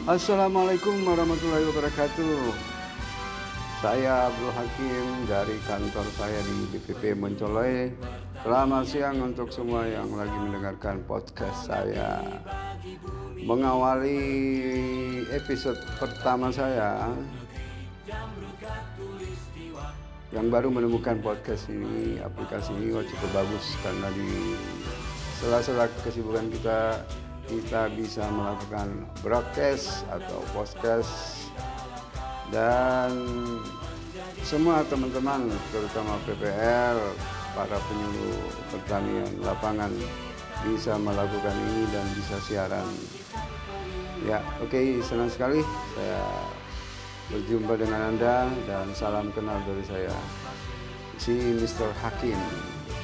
Assalamualaikum warahmatullahi wabarakatuh. Saya Abdul Hakim dari kantor saya di BPP Mencoloi. Selamat siang untuk semua yang lagi mendengarkan podcast saya. Mengawali episode pertama saya yang baru menemukan podcast ini, aplikasi ini cukup bagus karena di sela-sela kesibukan kita bisa melakukan broadcast atau podcast, dan semua teman-teman terutama PPL, para penyuluh pertanian lapangan bisa melakukan ini dan bisa siaran. Ya, oke, senang sekali saya berjumpa dengan Anda dan salam kenal dari saya, si Mr. Hakim.